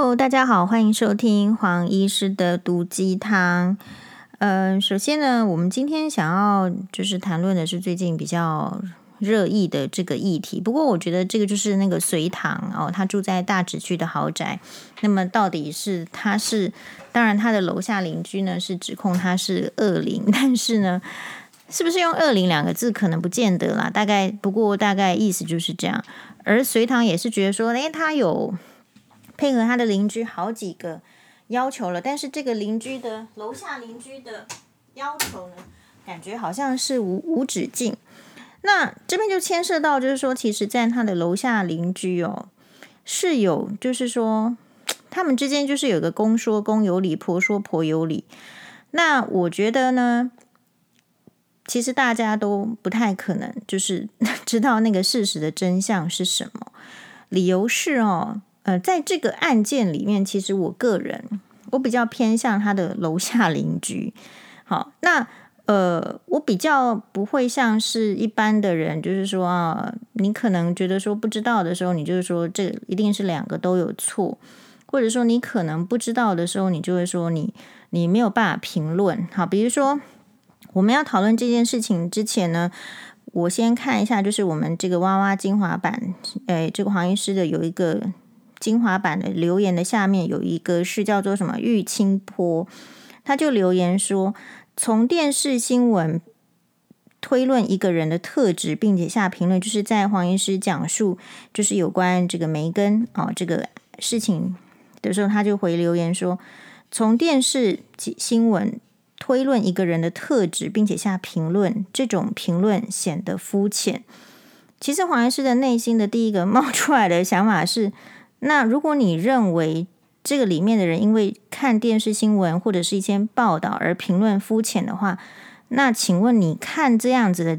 Hello， 大家好，欢迎收听黄医师的毒鸡汤。首先呢，我们今天想要就是谈论的是最近比较热议的这个议题。不过我觉得这个就是那个隋唐哦，他住在大直区的豪宅。那么到底是当然他的楼下邻居呢是指控他是恶灵，但是呢，是不是用恶灵两个字可能不见得啦。不过大概意思就是这样。而隋唐也是觉得说，他有配合他的邻居好几个要求了，但是这个楼下邻居的要求呢，感觉好像是无止境。那这边就牵涉到，就是说，其实在他的楼下邻居是有，就是说，他们之间就是有个公说公有理，婆说婆有理。那我觉得呢，其实大家都不太可能就是知道那个事实的真相是什么。理由是在这个案件里面，其实我比较偏向他的楼下邻居。好，那我比较不会像是一般的人，就是说你可能觉得说不知道的时候，你就是说这一定是两个都有错，或者说你可能不知道的时候，你就会说你没有办法评论。好，比如说我们要讨论这件事情之前呢，我先看一下，就是我们这个娃娃精华版，这个黄医师的有一个精华版的留言的下面有一个是叫做什么玉清坡，他就留言说，从电视新闻推论一个人的特质，并且下评论，就是在黄医师讲述就是有关这个梅根这个事情的时候，他就回留言说，从电视新闻推论一个人的特质，并且下评论，这种评论显得肤浅。其实黄医师的内心的第一个冒出来的想法是，那如果你认为这个里面的人因为看电视新闻或者是一些报道而评论肤浅的话，那请问你看这样子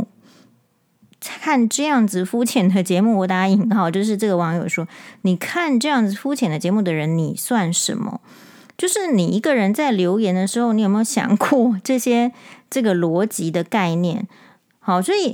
肤浅的节目，我打引号，就是这个网友说，你看这样子肤浅的节目的人，你算什么？就是你一个人在留言的时候，你有没有想过这个逻辑的概念？好，所以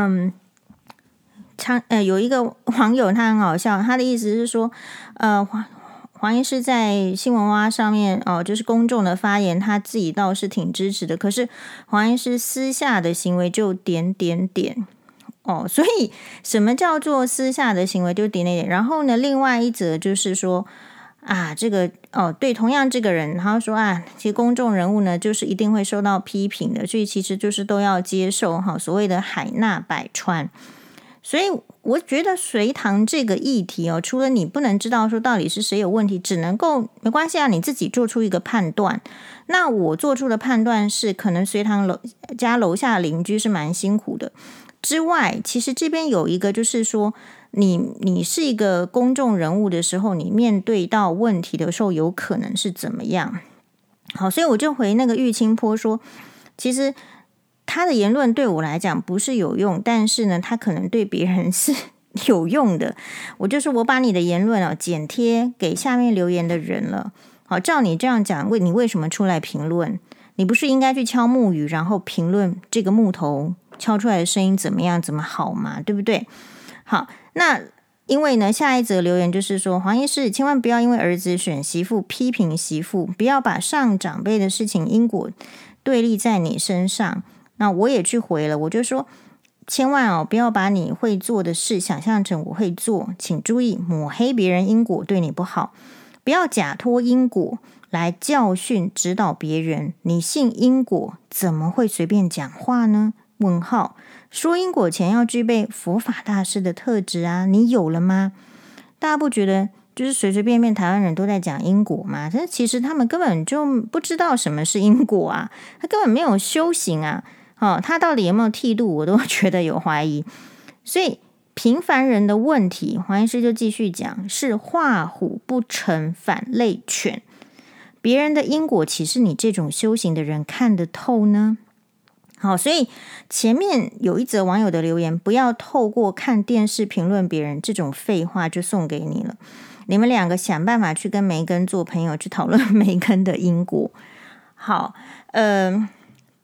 有一个网友他很好笑，他的意思是说，黄医师在新闻蛙上面就是公众的发言，他自己倒是挺支持的，可是黄医师私下的行为就点点点所以什么叫做私下的行为就点点点？然后呢，另外一则就是说这个对，同样这个人，他说其实公众人物呢，就是一定会受到批评的，所以其实就是都要接受所谓的海纳百川。所以我觉得隋唐这个议题除了你不能知道说到底是谁有问题，只能够没关系你自己做出一个判断。那我做出的判断是，可能隋唐家楼下邻居是蛮辛苦的。之外，其实这边有一个就是说，你是一个公众人物的时候，你面对到问题的时候，有可能是怎么样？好，所以我就回那个玉清坡说，其实他的言论对我来讲不是有用，但是呢，他可能对别人是有用的。我就说我把你的言论剪贴给下面留言的人了。好，照你这样讲，你为什么出来评论？你不是应该去敲木鱼，然后评论这个木头敲出来的声音怎么样，怎么好嘛？对不对？好，那因为呢，下一则留言就是说，黄医师千万不要因为儿子选媳妇批评媳妇，不要把上长辈的事情因果对立在你身上。那我也去回了，我就说千万不要把你会做的事想象成我会做，请注意抹黑别人因果对你不好，不要假托因果来教训指导别人，你信因果怎么会随便讲话呢？问号，说因果前要具备佛法大师的特质你有了吗？大家不觉得就是随随便便台湾人都在讲因果吗？但其实他们根本就不知道什么是因果他根本没有修行他到底有没有剃度，我都觉得有怀疑。所以平凡人的问题，黄医师就继续讲，是画虎不成反类犬。别人的因果岂是你这种修行的人看得透呢？好，所以前面有一则网友的留言，不要透过看电视评论别人这种废话就送给你了。你们两个想办法去跟梅根做朋友，去讨论梅根的因果。好，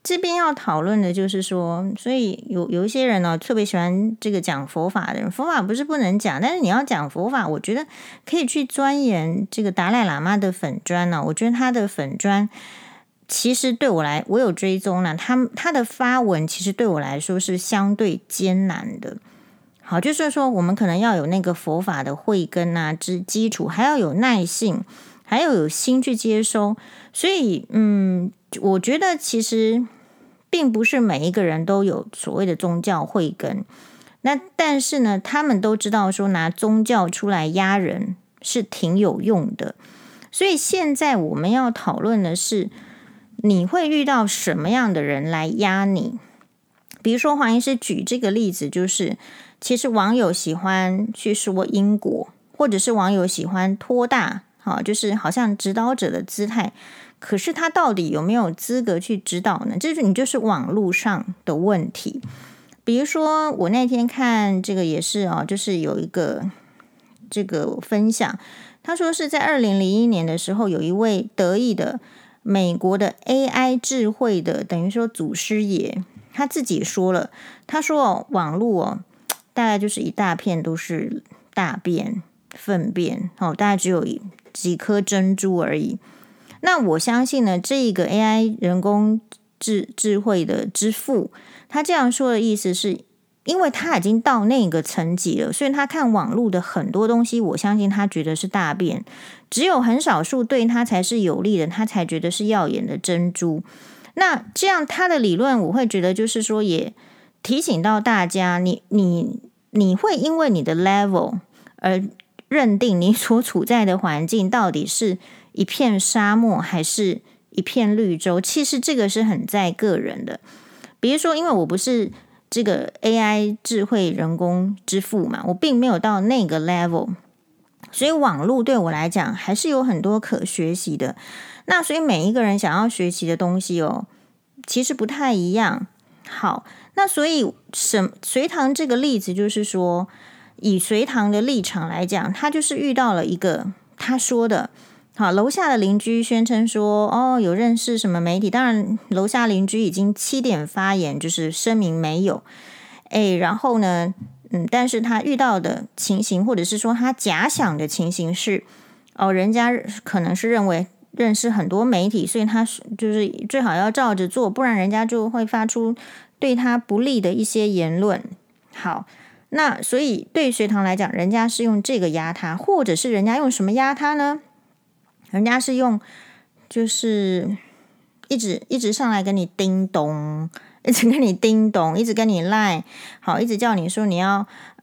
这边要讨论的就是说，所以有一些人呢、特别喜欢这个讲佛法的人，佛法不是不能讲，但是你要讲佛法，我觉得可以去钻研这个达赖喇嘛的粉专呢、我觉得他的粉专其实对我有追踪了，他的发文其实对我来说是相对艰难的。好，就是说我们可能要有那个佛法的慧根啊之基础，还要有耐性，还要有心去接收。所以我觉得其实并不是每一个人都有所谓的宗教慧根，那但是呢，他们都知道说拿宗教出来压人是挺有用的。所以现在我们要讨论的是，你会遇到什么样的人来压你？比如说黄医师举这个例子，就是其实网友喜欢去说因果，或者是网友喜欢托大，就是好像指导者的姿态，可是他到底有没有资格去指导呢？你就是网络上的问题。比如说我那天看这个也是就是有一个这个分享，他说是在2001年的时候，有一位得意的美国的 AI 智慧的等于说祖师爷，他自己说了，他说网络大概就是一大片都是大便粪便，大概只有几颗珍珠而已。那我相信呢，这个 AI 人工智慧的之父，他这样说的意思是，因为他已经到那个层级了，所以他看网络的很多东西，我相信他觉得是大便，只有很少数对他才是有利的，他才觉得是耀眼的珍珠。那这样他的理论，我会觉得就是说，也提醒到大家，你会因为你的 level 而认定你所处在的环境到底是一片沙漠还是一片绿洲，其实这个是很在个人的。比如说，因为我不是这个 AI 智慧人工之父嘛，我并没有到那个 level， 所以网络对我来讲还是有很多可学习的。那所以每一个人想要学习的东西其实不太一样。好，那所以隋唐这个例子就是说，以隋唐的立场来讲，他就是遇到了一个他说的，好，楼下的邻居宣称说，有认识什么媒体，当然楼下邻居已经7点发言，就是声明没有，然后呢，但是他遇到的情形，或者是说他假想的情形是，人家可能是认识很多媒体，所以他就是最好要照着做，不然人家就会发出对他不利的一些言论。好，那所以对隋唐来讲，人家是用这个压他，或者是人家用什么压他呢？人家是用就是一直上来跟你叮咚，一直跟你叮咚，一直跟你赖，好，一直叫你说你要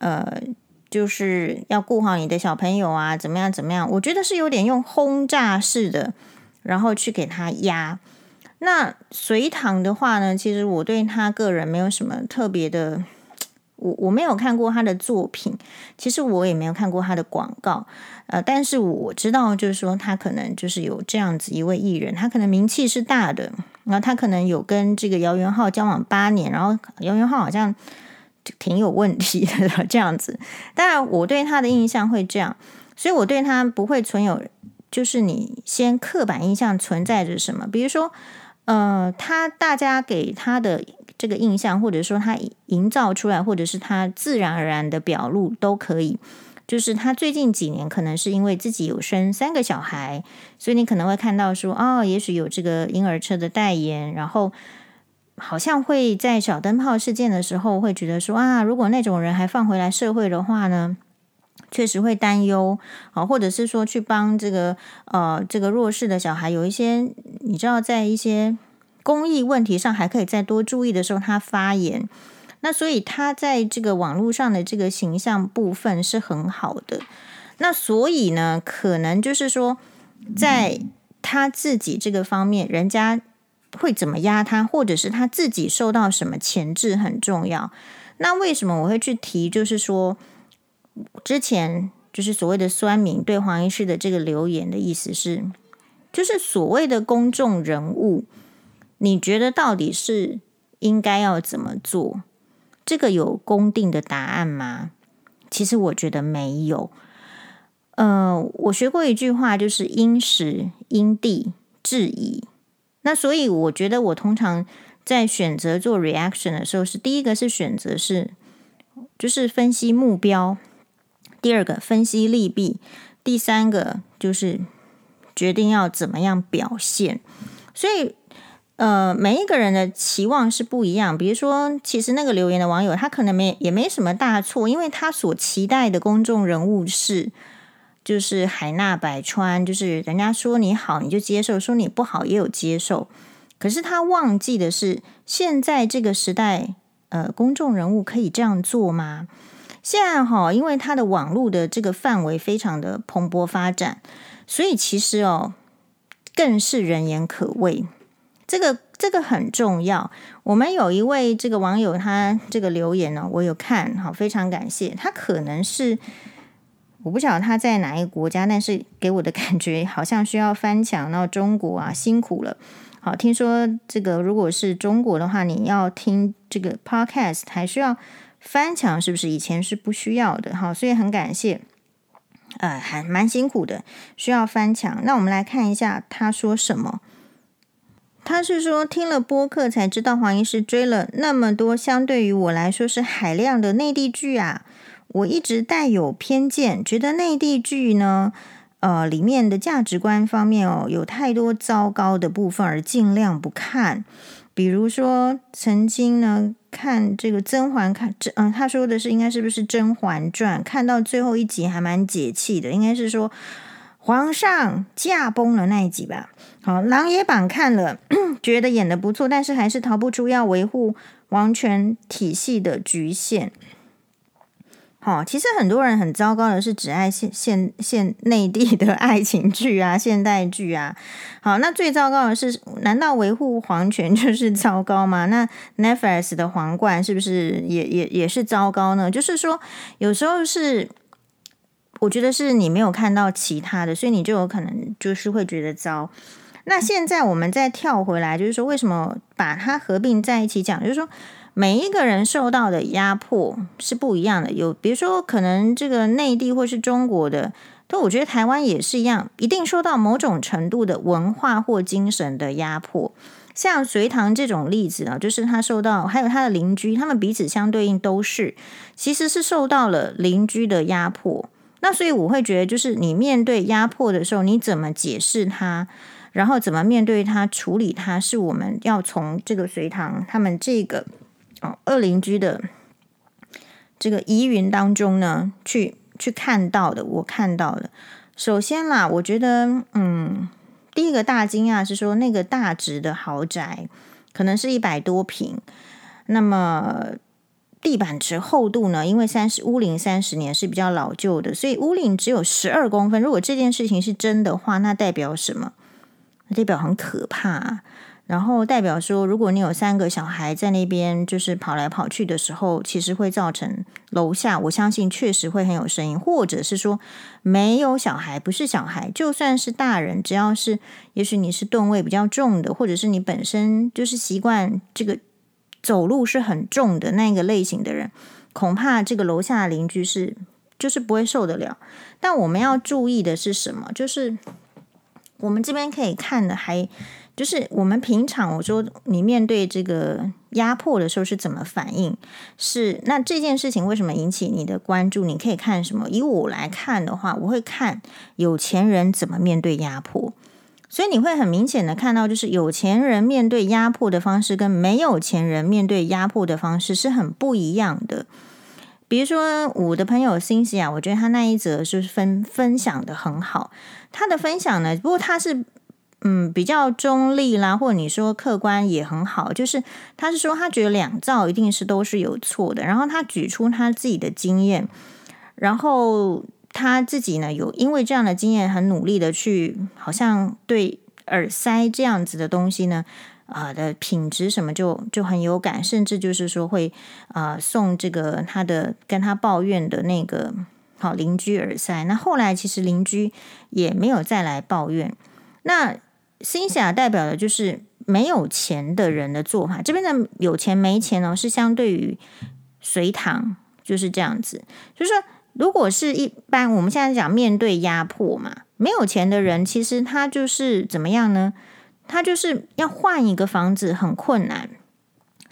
就是要顾好你的小朋友啊，怎么样怎么样？我觉得是有点用轰炸式的，然后去给他压。那隋唐的话呢，其实我对他个人没有什么特别的，我没有看过他的作品，其实我也没有看过他的广告，但是我知道就是说他可能就是有这样子一位艺人，他可能名气是大的，然后他可能有跟这个姚元浩交往8年，然后姚元浩好像挺有问题的这样子。当然我对他的印象会这样，所以我对他不会存有就是你先刻板印象存在着什么，比如说大家给他的这个印象，或者说他营造出来，或者是他自然而然的表露都可以。就是他最近几年可能是因为自己有生3个小孩，所以你可能会看到说也许有这个婴儿车的代言，然后好像会在小灯泡事件的时候会觉得说如果那种人还放回来社会的话呢，确实会担忧，或者是说去帮这个弱势的小孩有一些你知道在一些公益问题上还可以再多注意的时候他发言，那所以他在这个网络上的这个形象部分是很好的。那所以呢，可能就是说在他自己这个方面人家会怎么压他，或者是他自己受到什么钳制很重要。那为什么我会去提，就是说之前就是所谓的酸民对黄医师的这个留言的意思是，就是所谓的公众人物，你觉得到底是应该要怎么做？这个有公定的答案吗？其实我觉得没有。我学过一句话，就是因时因地制宜。那所以我觉得我通常在选择做 reaction 的时候，是第一个是选择就是分析目标，第二个分析利弊，第三个就是决定要怎么样表现。所以每一个人的期望是不一样。比如说，其实那个留言的网友他可能也没什么大错，因为他所期待的公众人物就是海纳百川，就是人家说你好你就接受，说你不好也有接受。可是他忘记的是，现在这个时代，公众人物可以这样做吗？现在因为他的网络的这个范围非常的蓬勃发展，所以其实更是人言可畏。这个很重要。我们有一位这个网友，他这个留言呢，我有看，好，非常感谢。他可能是我不晓得他在哪一个国家，但是给我的感觉好像需要翻墙到中国啊，辛苦了。好，听说这个如果是中国的话，你要听这个 podcast 还需要翻墙，是不是？以前是不需要的。好，所以很感谢，还蛮辛苦的，需要翻墙。那我们来看一下他说什么。他是说听了播客才知道黄医师追了那么多相对于我来说是海量的内地剧啊，我一直带有偏见，觉得内地剧呢里面的价值观方面有太多糟糕的部分而尽量不看。比如说曾经呢看这个甄嬛他说的是应该是不是甄嬛传，看到最后一集还蛮解气的，应该是说皇上驾崩了那一集吧。好，琅琊榜看了觉得演得不错，但是还是逃不出要维护王权体系的局限。其实很多人很糟糕的是只爱现内地的爱情剧啊、现代剧啊。好，那最糟糕的是，难道维护皇权就是糟糕吗？那 Netflix 的皇冠是不是也是糟糕呢？就是说，有时候是我觉得是你没有看到其他的，所以你就有可能就是会觉得糟。那现在我们再跳回来，就是说为什么把它合并在一起讲，就是说每一个人受到的压迫是不一样的。有比如说可能这个内地或是中国的，但我觉得台湾也是一样，一定受到某种程度的文化或精神的压迫。像隋唐这种例子就是他受到，还有他的邻居，他们彼此相对应都是其实是受到了邻居的压迫。那所以我会觉得，就是你面对压迫的时候，你怎么解释它，然后怎么面对它、处理它，是我们要从这个隋唐他们这个二邻居的这个疑云当中呢，去看到的。我看到的，首先啦，我觉得第一个大惊讶是说，那个大直的豪宅可能是100多坪，那么地板值厚度呢，因为屋龄30年是比较老旧的，所以屋龄只有12公分。如果这件事情是真的话，那代表什么？代表很可怕然后代表说，如果你有3个小孩在那边就是跑来跑去的时候，其实会造成楼下，我相信确实会很有声音。或者是说没有小孩，不是小孩，就算是大人，只要是也许你是吨位比较重的，或者是你本身就是习惯这个走路是很重的那个类型的人，恐怕这个楼下的邻居就是不会受得了。但我们要注意的是什么？就是我们这边可以看的就是我们平常我说你面对这个压迫的时候是怎么反应，那这件事情为什么引起你的关注？你可以看什么？以我来看的话，我会看有钱人怎么面对压迫。所以你会很明显的看到，就是有钱人面对压迫的方式跟没有钱人面对压迫的方式是很不一样的。比如说我的朋友 Cynthia， 我觉得他那一则就是分享的很好。他的分享呢，不过他是比较中立啦，或者你说客观也很好，就是他是说他觉得两造一定都是有错的，然后他举出他自己的经验，然后他自己呢有因为这样的经验很努力的去好像对耳塞这样子的东西呢的品质什么就很有感，甚至就是说会送这个他的跟他抱怨的那个好邻居耳塞。那后来其实邻居也没有再来抱怨。那新霞代表的就是没有钱的人的做法，这边的有钱没钱是相对于隋唐就是这样子。就是说如果是一般我们现在讲面对压迫嘛，没有钱的人其实他就是怎么样呢？他就是要换一个房子很困难，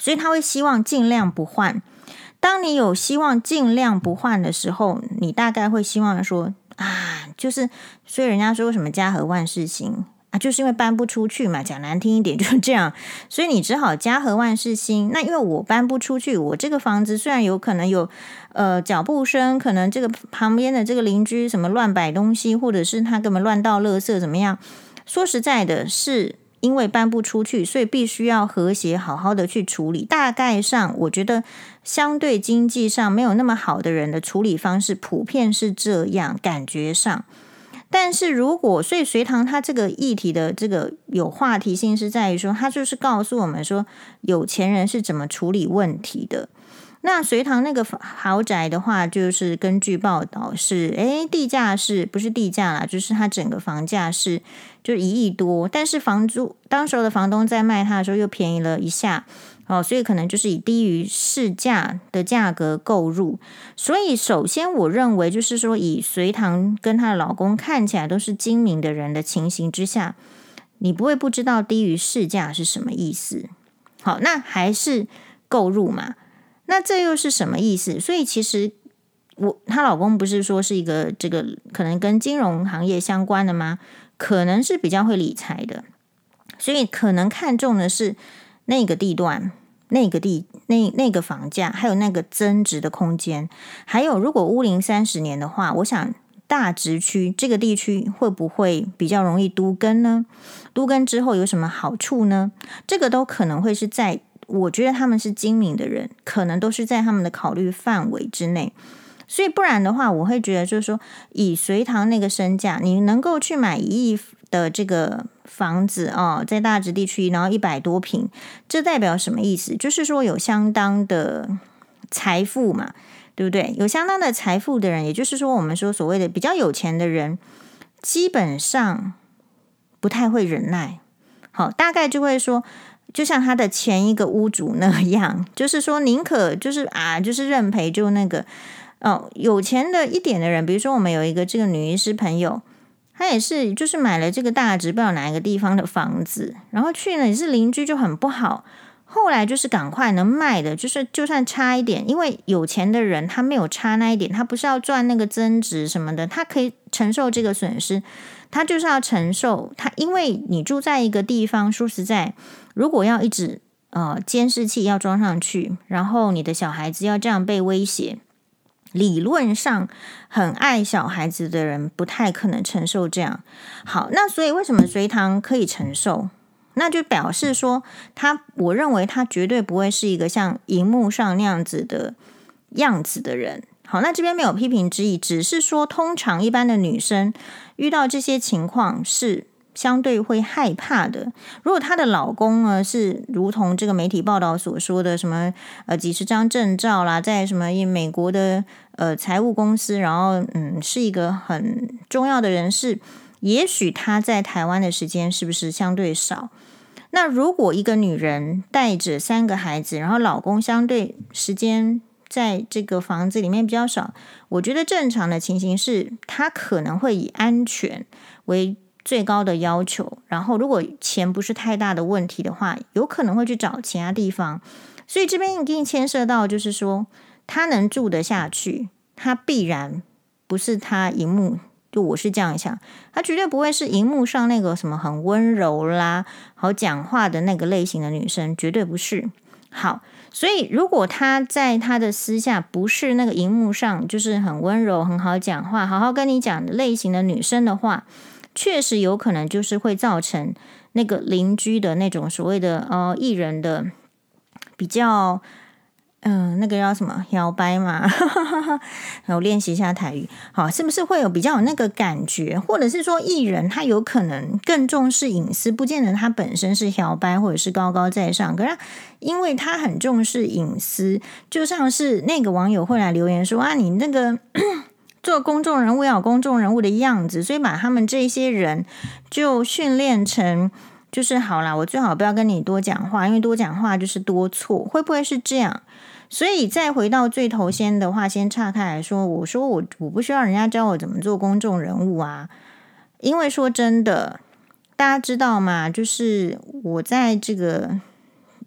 所以他会希望尽量不换。当你有希望尽量不换的时候，你大概会希望说就是所以人家说为什么家和万事兴就是因为搬不出去嘛，讲难听一点就是这样，所以你只好家和万事兴。那因为我搬不出去，我这个房子虽然有可能有脚步声，可能这个旁边的这个邻居什么乱摆东西，或者是他根本乱倒垃圾怎么样，说实在的，是因为搬不出去，所以必须要和谐好好的去处理。大概上我觉得相对经济上没有那么好的人的处理方式普遍是这样，感觉上。但是如果所以隋唐他这个议题的这个有话题性是在于说，他就是告诉我们说有钱人是怎么处理问题的。那隋唐那个豪宅的话，就是根据报道是地价是不是地价啦，就是它整个房价是就1亿多，但是房租当时的房东在卖它的时候又便宜了一下所以可能就是以低于市价的价格购入。所以首先我认为就是说，以隋唐跟她的老公看起来都是精明的人的情形之下，你不会不知道低于市价是什么意思。好，那还是购入嘛，那这又是什么意思？所以其实她老公不是说是一个这个可能跟金融行业相关的吗？可能是比较会理财的，所以可能看重的是那个地段、那个房价，还有那个增值的空间。还有如果屋龄30年的话，我想大直区这个地区会不会比较容易都更呢？都更之后有什么好处呢？这个都可能会是在我觉得他们是精明的人，可能都是在他们的考虑范围之内。所以不然的话，我会觉得就是说，以隋唐那个身价，你能够去买1亿的这个房子在大直地区，然后100多坪，这代表什么意思？就是说有相当的财富嘛，对不对？有相当的财富的人，也就是说我们说所谓的比较有钱的人，基本上不太会忍耐。好，大概就会说，就像他的前一个屋主那样，就是说宁可就是就是认赔就那个有钱的一点的人，比如说我们有一个这个女医师朋友，她也是就是买了这个大直不知道哪一个地方的房子，然后去呢也是邻居就很不好，后来就是赶快能卖的，就是就算差一点，因为有钱的人他没有差那一点，他不是要赚那个增值什么的，他可以承受这个损失，他就是要承受他，因为你住在一个地方，说实在，如果要一直监视器要装上去，然后你的小孩子要这样被威胁，理论上很爱小孩子的人不太可能承受这样。好，那所以为什么隋唐可以承受？那就表示说我认为他绝对不会是一个像荧幕上那样子的样子的人。好，那这边没有批评之意，只是说通常一般的女生遇到这些情况是相对会害怕的。如果她的老公呢是如同这个媒体报道所说的什么几十张证照啦，在什么美国的财务公司，然后是一个很重要的人士，也许她在台湾的时间是不是相对少？那如果一个女人带着3个孩子，然后老公相对时间在这个房子里面比较少，我觉得正常的情形是她可能会以安全为最高的要求，然后如果钱不是太大的问题的话，有可能会去找其他地方。所以这边一定牵涉到就是说他能住得下去，他必然不是他荧幕，就我是这样想，他绝对不会是荧幕上那个什么很温柔啦好讲话的那个类型的女生，绝对不是。好，所以如果他在他的私下不是那个荧幕上就是很温柔很好讲话好好跟你讲的类型的女生的话，确实有可能就是会造成那个邻居的那种所谓的艺人的比较那个叫什么摇摆嘛我练习一下台语。好，是不是会有比较有那个感觉，或者是说艺人他有可能更重视隐私，不见得他本身是摇摆或者是高高在上，可是因为他很重视隐私，就像是那个网友会来留言说你那个做公众人物要有公众人物的样子，所以把他们这些人就训练成就是好啦，我最好不要跟你多讲话，因为多讲话就是多错，会不会是这样？所以再回到最头先的话，先岔开来说，我说我不需要人家教我怎么做公众人物啊，因为说真的，大家知道吗？就是我在这个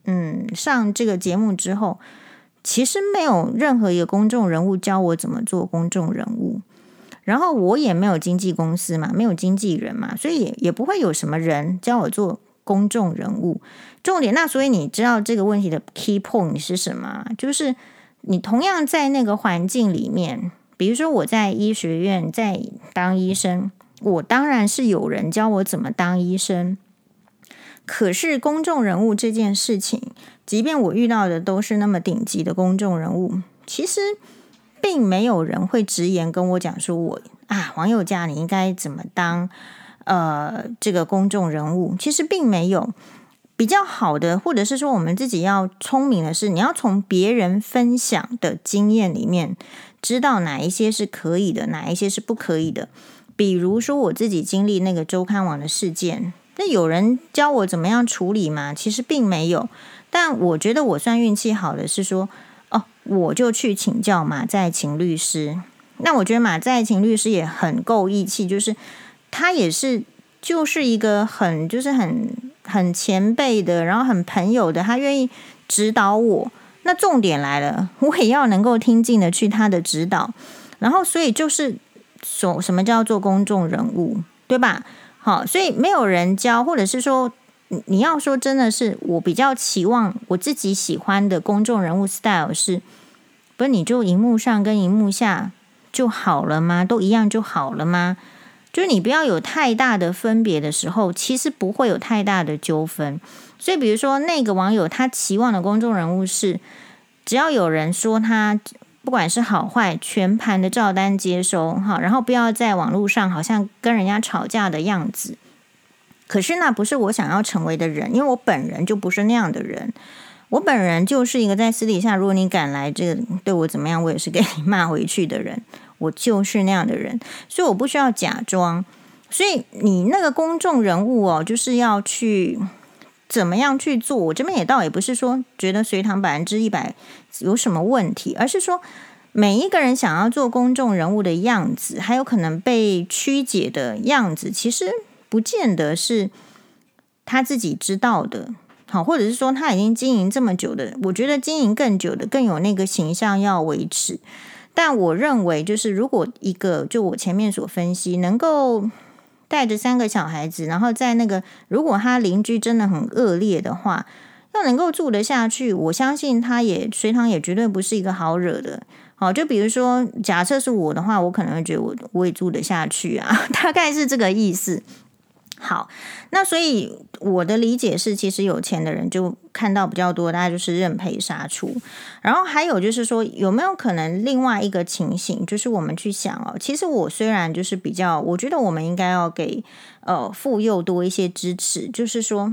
上这个节目之后，其实没有任何一个公众人物教我怎么做公众人物，然后我也没有经纪公司嘛，没有经纪人嘛，所以也不会有什么人教我做公众人物。重点，那所以你知道这个问题的 key point 是什么？就是你同样在那个环境里面，比如说我在医学院在当医生，我当然是有人教我怎么当医生。可是公众人物这件事情，即便我遇到的都是那么顶级的公众人物，其实并没有人会直言跟我讲说黄宥嘉你应该怎么当这个公众人物，其实并没有。比较好的，或者是说我们自己要聪明的是，你要从别人分享的经验里面知道哪一些是可以的，哪一些是不可以的。比如说我自己经历那个周刊网的事件，那有人教我怎么样处理吗？其实并没有。但我觉得我算运气好的是说，我就去请教马在勤律师。那我觉得马在勤律师也很够义气，就是他也是就是一个很前辈的，然后很朋友的，他愿意指导我。那重点来了，我也要能够听进的去他的指导。然后所以就是什么叫做公众人物，对吧？好，所以没有人教，或者是说你要说真的是我比较期望我自己喜欢的公众人物 style 是，不是你就荧幕上跟荧幕下就好了吗？都一样就好了吗？就是你不要有太大的分别的时候，其实不会有太大的纠纷。所以比如说那个网友他期望的公众人物是，只要有人说他不管是好坏，全盘的照单接收，然后不要在网络上好像跟人家吵架的样子。可是那不是我想要成为的人，因为我本人就不是那样的人。我本人就是一个在私底下，如果你敢来这个对我怎么样，我也是给你骂回去的人。我就是那样的人，所以我不需要假装。所以你那个公众人物就是要去怎么样去做。我这边也倒也不是说觉得隋唐100%有什么问题，而是说每一个人想要做公众人物的样子，还有可能被曲解的样子，其实不见得是他自己知道的。好，或者是说他已经经营这么久的，我觉得经营更久的更有那个形象要维持。但我认为就是如果一个就我前面所分析能够带着3个小孩子，然后在那个如果他邻居真的很恶劣的话，要能够住得下去，我相信隋唐也绝对不是一个好惹的。好，就比如说假设是我的话，我可能会觉得我也住得下去啊，大概是这个意思。好，那所以我的理解是，其实有钱的人就看到比较多，大概就是认赔杀出。然后还有就是说，有没有可能另外一个情形，就是我们去想其实我虽然就是比较，我觉得我们应该要给妇幼多一些支持，就是说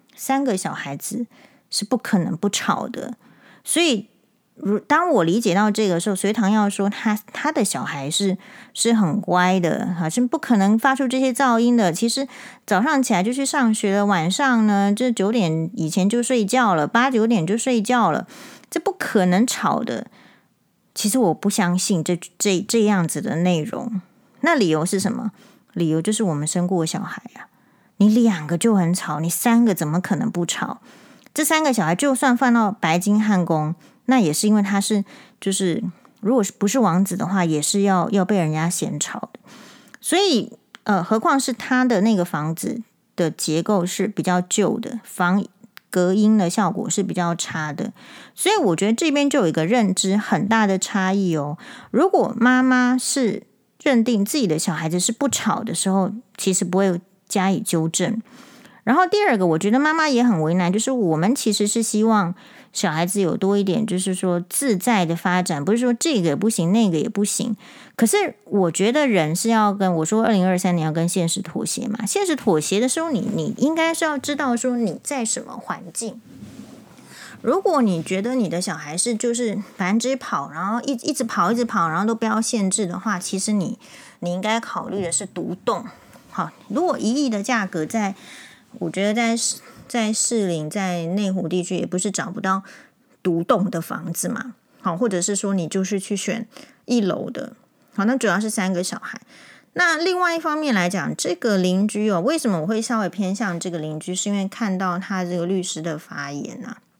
3个小孩子是不可能不吵的，所以当我理解到这个时候，隋唐要说他的小孩是很乖的，是不可能发出这些噪音的。其实早上起来就去上学了，晚上呢这9点以前就睡觉了，8、9点就睡觉了，这不可能吵的。其实我不相信这样子的内容。那理由是什么？理由就是我们生过小孩啊，你2个就很吵，你3个怎么可能不吵？这3个小孩就算放到白金汉宫，那也是因为他是就是如果不是王子的话，也是要被人家嫌吵的。所以何况是他的那个房子的结构是比较旧的，防隔音的效果是比较差的。所以我觉得这边就有一个认知很大的差异如果妈妈是认定自己的小孩子是不吵的时候，其实不会加以纠正。然后第二个，我觉得妈妈也很为难，就是我们其实是希望小孩子有多一点，就是说自在的发展，不是说这个也不行，那个也不行。可是我觉得人是要跟我说2023年要跟现实妥协嘛。现实妥协的时候，你应该是要知道说你在什么环境。如果你觉得你的小孩是就是100%跑，然后一直跑，然后都不要限制的话，其实你应该考虑的是独栋。好，如果1亿的价格我觉得在士林在内湖地区也不是找不到独栋的房子嘛。好，或者是说你就是去选1楼的。好，那主要是3个小孩。那另外一方面来讲，这个邻居为什么我会稍微偏向这个邻居，是因为看到他这个律师的发言啊。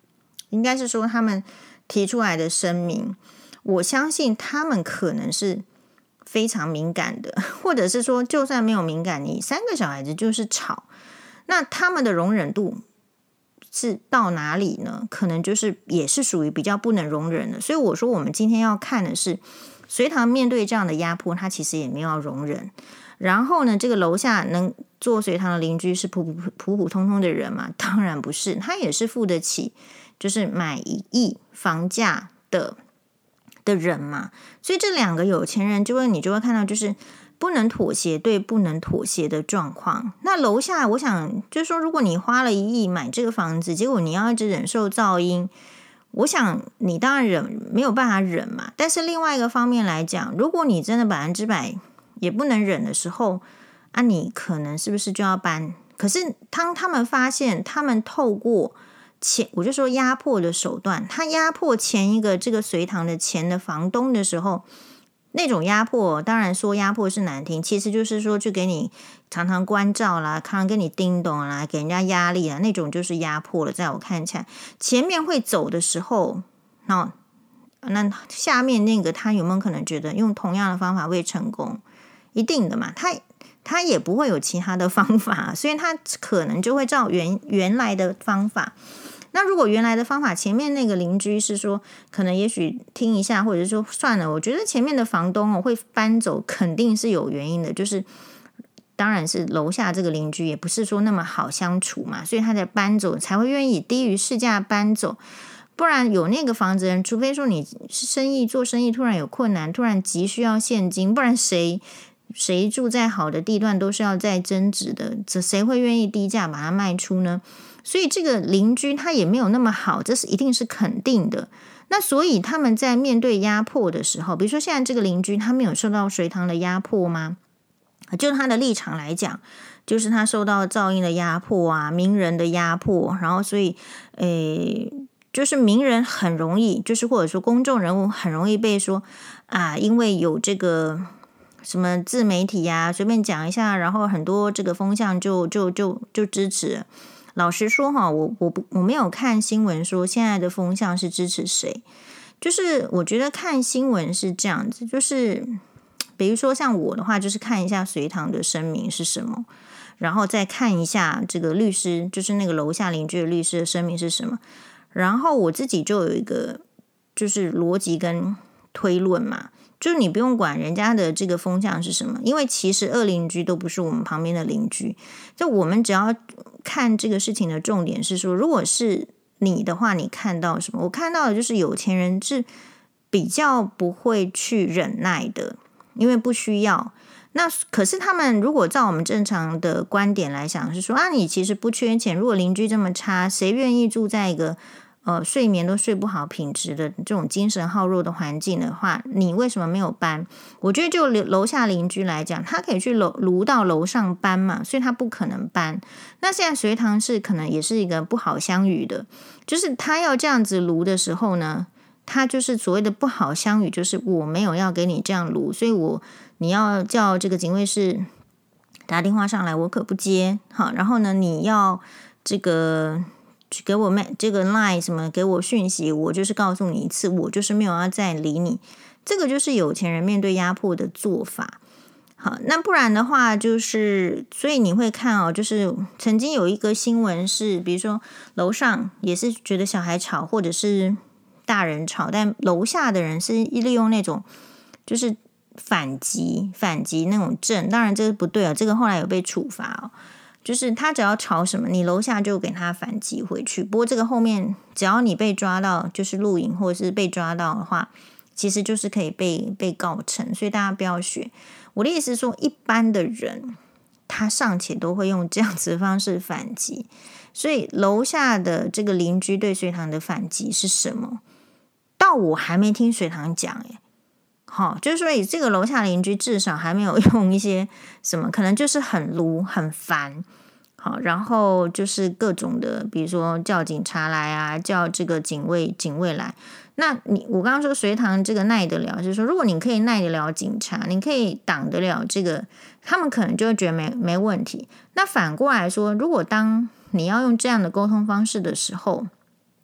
应该是说他们提出来的声明，我相信他们可能是非常敏感的，或者是说就算没有敏感，你3个小孩子就是吵，那他们的容忍度是到哪里呢？可能就是也是属于比较不能容忍的。所以我说我们今天要看的是隋唐面对这样的压迫，他其实也没有要容忍。然后呢，这个楼下能做隋唐的邻居是普普通通的人吗？当然不是，他也是付得起就是买1亿房价的人嘛。所以这2个有钱人你就会看到就是不能妥协对不能妥协的状况。那楼下我想就是说，如果你花了1亿买这个房子，结果你要一直忍受噪音，我想你当然没有办法忍嘛。但是另外一个方面来讲，如果你真的100%也不能忍的时候啊，你可能是不是就要搬？可是当他们发现他们透过我就说压迫的手段，他压迫前一个这个隋唐的前的房东的时候，那种压迫，当然说压迫是难听，其实就是说去给你常常关照啦，常常跟你叮咚啦，给人家压力啦，那种就是压迫了。在我看起来，前面会走的时候，那下面那个他有没有可能觉得用同样的方法会成功？一定的嘛，他也不会有其他的方法，所以他可能就会照原来的方法。那如果原来的方法，前面那个邻居是说，可能也许听一下，或者说算了，我觉得前面的房东会搬走，肯定是有原因的，就是当然是楼下这个邻居也不是说那么好相处嘛，所以他才搬走，才会愿意以低于市价搬走。不然有那个房子的人，除非说你做生意突然有困难，突然急需要现金，不然谁住在好的地段都是要再增值的，谁会愿意低价把它卖出呢？所以这个邻居他也没有那么好，这是一定是肯定的。那所以他们在面对压迫的时候，比如说现在这个邻居他没有受到隋唐的压迫吗？就他的立场来讲，就是他受到噪音的压迫啊，名人的压迫，然后所以就是名人很容易，就是或者说公众人物很容易被说啊，因为有这个什么自媒体啊，随便讲一下，然后很多这个风向就支持。老实说哈，我没有看新闻说现在的风向是支持谁，就是我觉得看新闻是这样子，就是比如说像我的话，就是看一下隋唐的声明是什么，然后再看一下这个律师，就是那个楼下邻居的律师的声明是什么，然后我自己就有一个就是逻辑跟推论嘛。就是你不用管人家的这个风向是什么，因为其实恶邻居都不是我们旁边的邻居，就我们只要看这个事情的重点是说，如果是你的话，你看到什么？我看到的就是有钱人是比较不会去忍耐的，因为不需要。那可是他们如果照我们正常的观点来想，是说啊，你其实不缺钱，如果邻居这么差，谁愿意住在一个睡眠都睡不好品质的这种精神耗弱的环境的话，你为什么没有搬？我觉得就楼下邻居来讲，他可以去撸到楼上搬嘛，所以他不可能搬。那现在隋唐是可能也是一个不好相与的，就是他要这样子撸的时候呢，他就是所谓的不好相与，就是我没有要给你这样撸，所以你要叫这个警卫室打电话上来，我可不接。好，然后呢，你要这个给我这个 line 什么给我讯息，我就是告诉你一次，我就是没有要再理你。这个就是有钱人面对压迫的做法。好，那不然的话就是所以你会看哦，就是曾经有一个新闻是比如说楼上也是觉得小孩吵或者是大人吵，但楼下的人是利用那种就是反击那种症，当然这个不对啊，这个后来有被处罚哦。就是他只要吵什么，你楼下就给他反击回去。不过这个后面只要你被抓到，就是录影或者是被抓到的话，其实就是可以被告成。所以大家不要学。我的意思是说，一般的人他尚且都会用这样子的方式反击。所以楼下的这个邻居对隋唐的反击是什么？到我还没听隋唐讲耶。好，就是说这个楼下邻居至少还没有用一些什么，可能就是很撸很烦，好，然后就是各种的，比如说叫警察来啊，叫这个警卫来。那我刚刚说隋唐这个耐得了，就是说如果你可以耐得了警察，你可以挡得了这个，他们可能就会觉得没问题。那反过来说，如果当你要用这样的沟通方式的时候，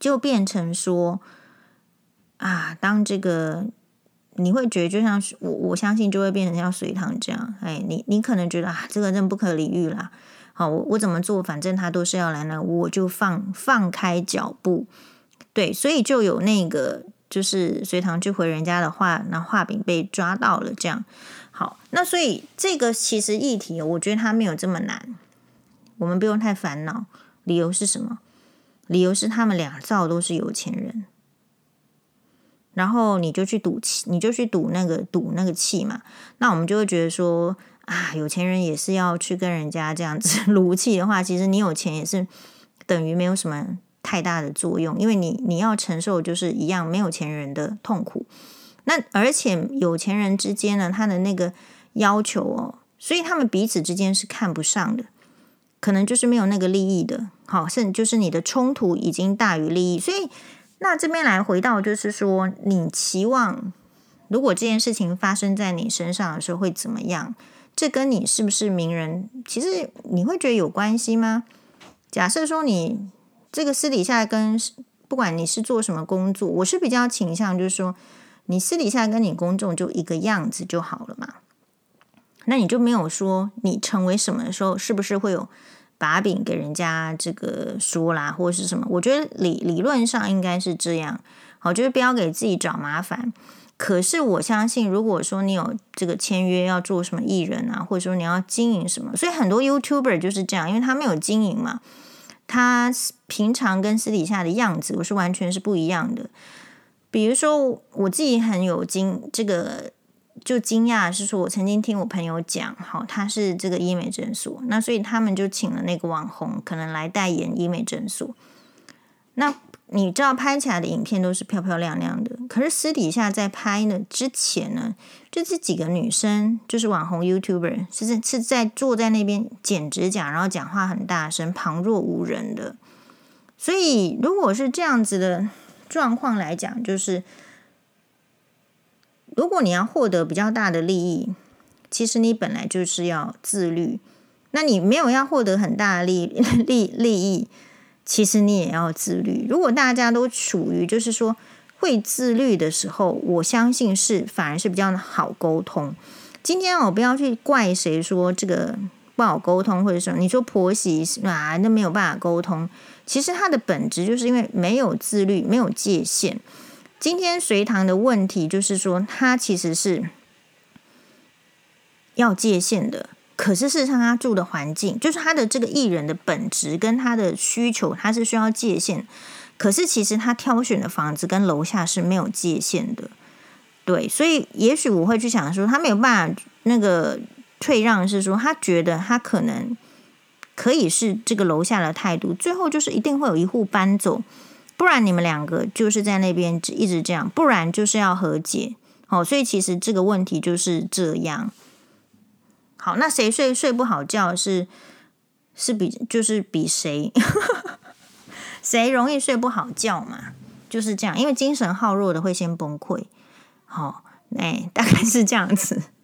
就变成说啊，当这个你会觉得就像我相信就会变成像隋唐这样，你可能觉得啊，这个真不可理喻啦。好，我怎么做，反正他都是要来呢，我就放开脚步。对，所以就有那个就是隋唐去回人家的话，然后画饼被抓到了这样。好，那所以这个其实议题，我觉得它没有这么难，我们不用太烦恼。理由是什么？理由是他们两造都是有钱人，然后你就去赌气，你就去赌那个气嘛。那我们就会觉得说啊，有钱人也是要去跟人家这样子赌气的话，其实你有钱也是等于没有什么太大的作用，因为你要承受就是一样没有钱人的痛苦。那而且有钱人之间呢，他的那个要求所以他们彼此之间是看不上的，可能就是没有那个利益的。好，甚至就是你的冲突已经大于利益。所以那这边来回到就是说，你期望如果这件事情发生在你身上的时候会怎么样？这跟你是不是名人，其实你会觉得有关系吗？假设说你这个私底下跟不管你是做什么工作，我是比较倾向就是说，你私底下跟你公众就一个样子就好了嘛。那你就没有说你成为什么的时候，是不是会有把柄给人家这个说啦，或者是什么？我觉得理论上应该是这样。好，就是不要给自己找麻烦。可是我相信，如果说你有这个签约要做什么艺人啊，或者说你要经营什么，所以很多 YouTuber 就是这样，因为他没有经营嘛，他平常跟私底下的样子我是完全是不一样的。比如说我自己很有这个就惊讶是说，我曾经听我朋友讲，好，他是这个医美诊所，那所以他们就请了那个网红可能来代言医美诊所。那你知道拍起来的影片都是漂漂亮亮的，可是私底下在拍呢之前呢，这几个女生就是网红 YouTuber 是在坐在那边剪指甲，然后讲话很大声，旁若无人的。所以如果是这样子的状况来讲，就是如果你要获得比较大的利益，其实你本来就是要自律。那你没有要获得很大的利益，其实你也要自律。如果大家都处于就是说会自律的时候，我相信反而是比较好沟通。今天我不要去怪谁说这个不好沟通，或者什么你说婆媳啊，那没有办法沟通。其实它的本质就是因为没有自律，没有界限。今天隋唐的问题就是说，他其实是要界限的。可是事实上他住的环境，就是他的这个艺人的本质跟他的需求，他是需要界限。可是其实他挑选的房子跟楼下是没有界限的。对，所以也许我会去想说，他没有办法那个退让，是说他觉得他可能可以是这个楼下的态度，最后就是一定会有一户搬走，不然你们两个就是在那边一直这样，不然就是要和解。所以其实这个问题就是这样。好，那谁睡不好觉是比谁谁容易睡不好觉嘛，就是这样，因为精神耗弱的会先崩溃。大概是这样子。